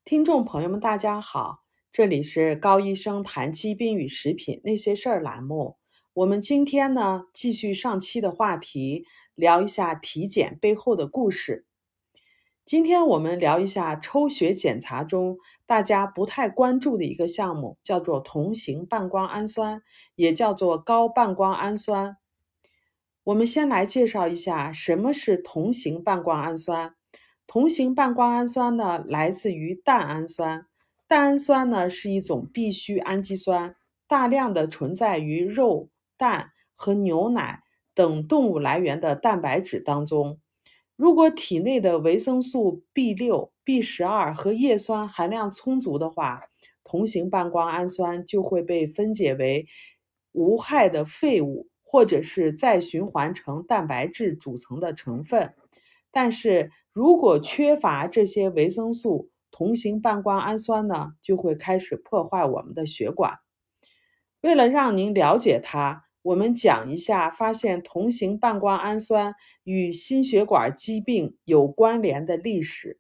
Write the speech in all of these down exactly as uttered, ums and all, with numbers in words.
听众朋友们，大家好，这里是高医生谈疾病与食品那些事儿栏目。我们今天呢，继续上期的话题，聊一下体检背后的故事。今天我们聊一下抽血检查中大家不太关注的一个项目，叫做同型半胱氨酸，也叫做高半胱氨酸。我们先来介绍一下什么是同型半胱氨酸。同型半胱氨酸呢，来自于蛋氨酸。蛋氨酸呢是一种必需氨基酸，大量的存在于肉、蛋和牛奶等动物来源的蛋白质当中。如果体内的维生素 B 六、B 十二 和叶酸含量充足的话，同型半胱氨酸就会被分解为无害的废物，或者是再循环成蛋白质组成的成分。但是如果缺乏这些维生素，同型半胱氨酸呢，就会开始破坏我们的血管。为了让您了解它，我们讲一下发现同型半胱氨酸与心血管疾病有关联的历史。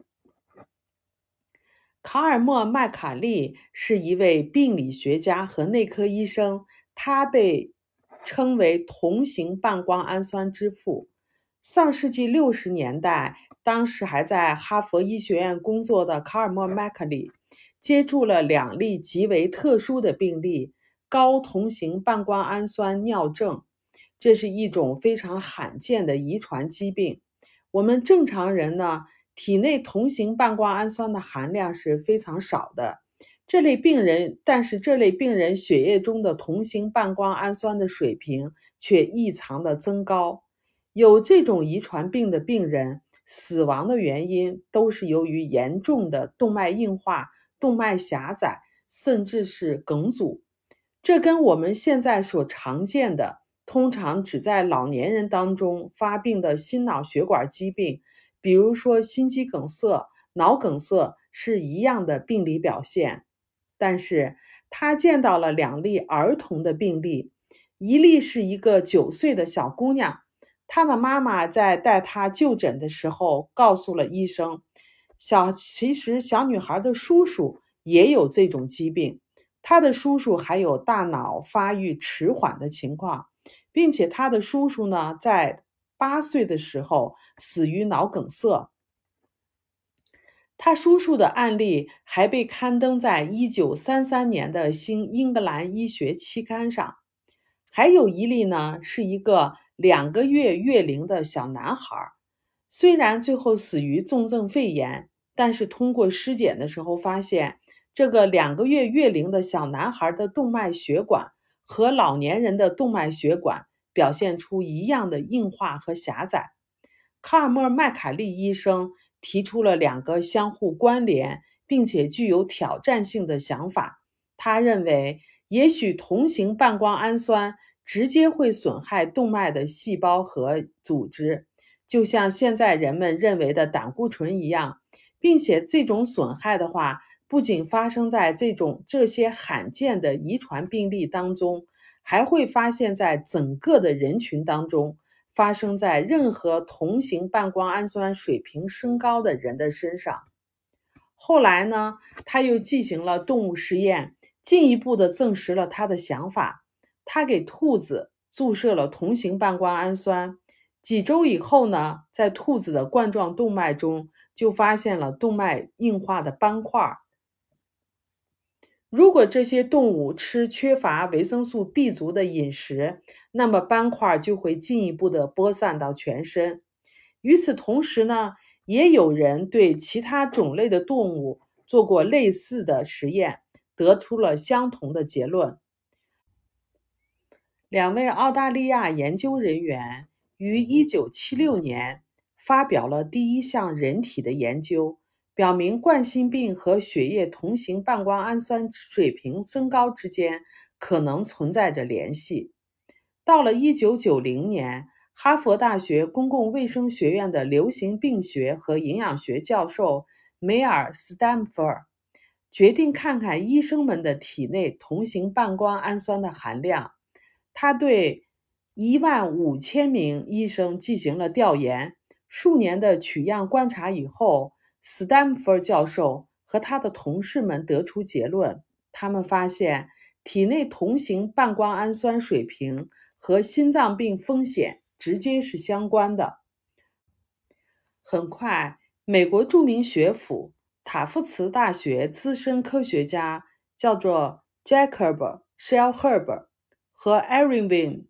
卡尔默·麦卡利是一位病理学家和内科医生，他被称为同型半胱氨酸之父。上世纪六十年代，当时还在哈佛医学院工作的卡尔默·麦卡利接触了两例极为特殊的病例，高同型半胱氨酸尿症。这是一种非常罕见的遗传疾病。我们正常人呢，体内同型半胱氨酸的含量是非常少的。这类病人，但是这类病人血液中的同型半胱氨酸的水平却异常的增高。有这种遗传病的病人，死亡的原因都是由于严重的动脉硬化、动脉狭窄，甚至是梗阻。这跟我们现在所常见的，通常只在老年人当中发病的心脑血管疾病，比如说心肌梗塞、脑梗塞是一样的病理表现。但是他见到了两例儿童的病例，一例是一个九岁的小姑娘，她的妈妈在带她就诊的时候告诉了医生，小其实小女孩的叔叔也有这种疾病，她的叔叔还有大脑发育迟缓的情况，并且她的叔叔呢，在八岁的时候死于脑梗塞。他叔叔的案例还被刊登在一九三三年的新英格兰医学期刊上。还有一例呢，是一个两个月月龄的小男孩，虽然最后死于重症肺炎，但是通过尸检的时候发现，这个两个月月龄的小男孩的动脉血管和老年人的动脉血管表现出一样的硬化和狭窄。卡尔默·麦卡利医生提出了两个相互关联并且具有挑战性的想法。他认为，也许同型半胱氨酸直接会损害动脉的细胞和组织，就像现在人们认为的胆固醇一样，并且这种损害的话，不仅发生在这种这些罕见的遗传病例当中，还会发现在整个的人群当中，发生在任何同型半胱氨酸水平升高的人的身上。后来呢，他又进行了动物实验，进一步的证实了他的想法。他给兔子注射了同型半胱氨酸，几周以后呢，在兔子的冠状动脉中就发现了动脉硬化的斑块。如果这些动物吃缺乏维生素 B 族的饮食，那么斑块就会进一步的播散到全身。与此同时呢，也有人对其他种类的动物做过类似的实验，得出了相同的结论。两位澳大利亚研究人员于一九七六年发表了第一项人体的研究，表明冠心病和血液同型半胱氨酸水平升高之间可能存在着联系。到了一九九零年，哈佛大学公共卫生学院的流行病学和营养学教授梅尔斯坦福尔决定看看医生们的体内同型半胱氨酸的含量。他对一万五千名医生进行了调研，数年的取样观察以后，斯坦福尔教授和和他的同事们得出结论，他们发现体内同型半胱氨酸水平和心脏病风险直接是相关的。很快，美国著名学府塔夫茨大学资深科学家叫做 Jacob Shellherber 和 Erwin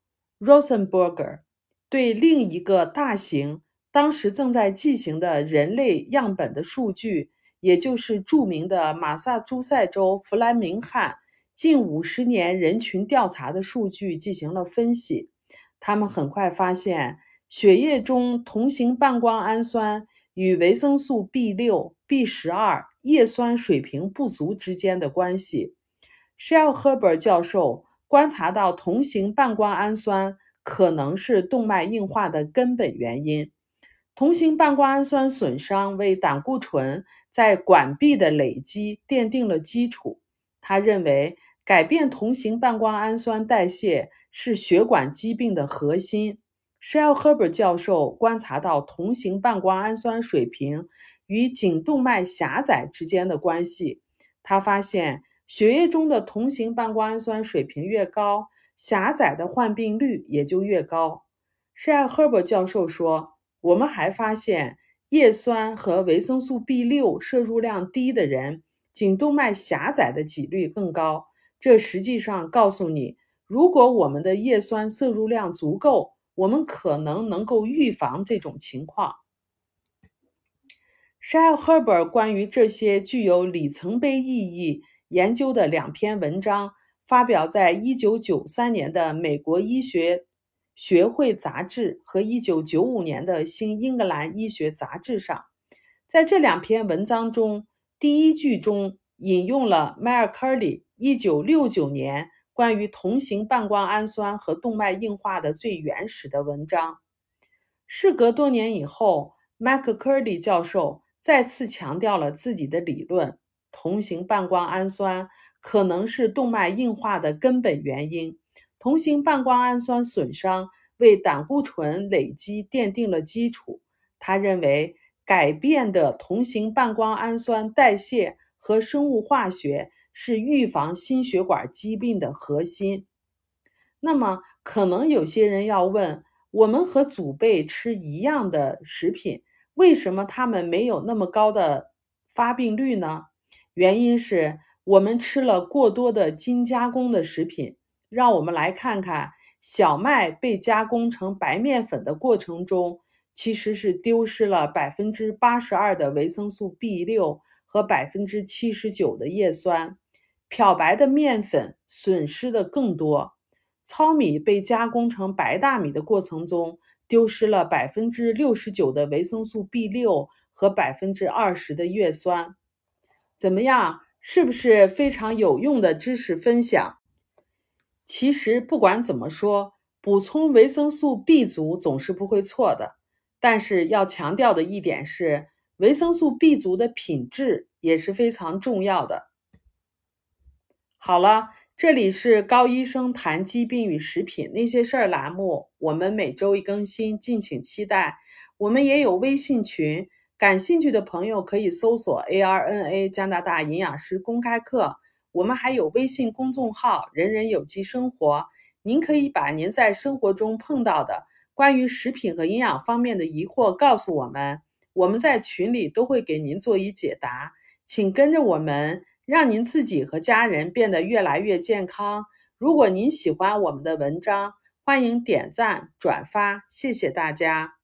Rosenberger 对另一个大型当时正在进行的人类样本的数据，也就是著名的马萨诸塞州弗兰明汉近五十年人群调查的数据进行了分析。他们很快发现血液中同型半胱氨酸与维生素 B 六、B 十二、叶酸水平不足之间的关系。Shellherber 教授观察到同型半胱氨酸可能是动脉硬化的根本原因。同型半胱氨酸损伤为胆固醇在管壁的累积奠定了基础。他认为改变同型半胱氨酸代谢是血管疾病的核心。Shellherber 教授观察到同型半胱氨酸水平与颈动脉狭窄之间的关系。他发现血液中的同型半胱氨酸水平越高，狭窄的患病率也就越高。Shellherber 教授说，我们还发现叶酸和维生素 B 六 摄入量低的人，颈动脉狭窄的几率更高。这实际上告诉你，如果我们的叶酸摄入量足够，我们可能能够预防这种情况。Shellherber 关于这些具有里程碑意义研究的两篇文章发表在一九九三年的美国医学学会杂志和一九九五年的新英格兰医学杂志上。在这两篇文章中，第一句中引用了迈尔科里一九六九年关于同型半胱氨酸和动脉硬化的最原始的文章。事隔多年以后，麦克科里教授再次强调了自己的理论，同型半胱氨酸可能是动脉硬化的根本原因。同型半胱氨酸损伤为胆固醇累积奠定了基础。他认为改变的同型半胱氨酸代谢和生物化学是预防心血管疾病的核心。那么可能有些人要问，我们和祖辈吃一样的食品，为什么他们没有那么高的发病率呢？原因是我们吃了过多的精加工的食品。让我们来看看小麦被加工成白面粉的过程中，其实是丢失了 百分之八十二 的维生素 B 六 和 百分之七十九 的叶酸。漂白的面粉损失的更多。糙米被加工成白大米的过程中，丢失了 百分之六十九 的维生素 B 六 和 百分之二十 的叶酸。怎么样？是不是非常有用的知识分享？其实不管怎么说，补充维生素 B 族总是不会错的。但是要强调的一点是，维生素 B 族的品质也是非常重要的。好了，这里是高医生谈疾病与食品那些事儿栏目，我们每周一更新，敬请期待。我们也有微信群，感兴趣的朋友可以搜索 A R N A 加拿大营养师公开课。我们还有微信公众号人人有机生活，您可以把您在生活中碰到的关于食品和营养方面的疑惑告诉我们，我们在群里都会给您做一解答。请跟着我们，让您自己和家人变得越来越健康。如果您喜欢我们的文章，欢迎点赞转发，谢谢大家。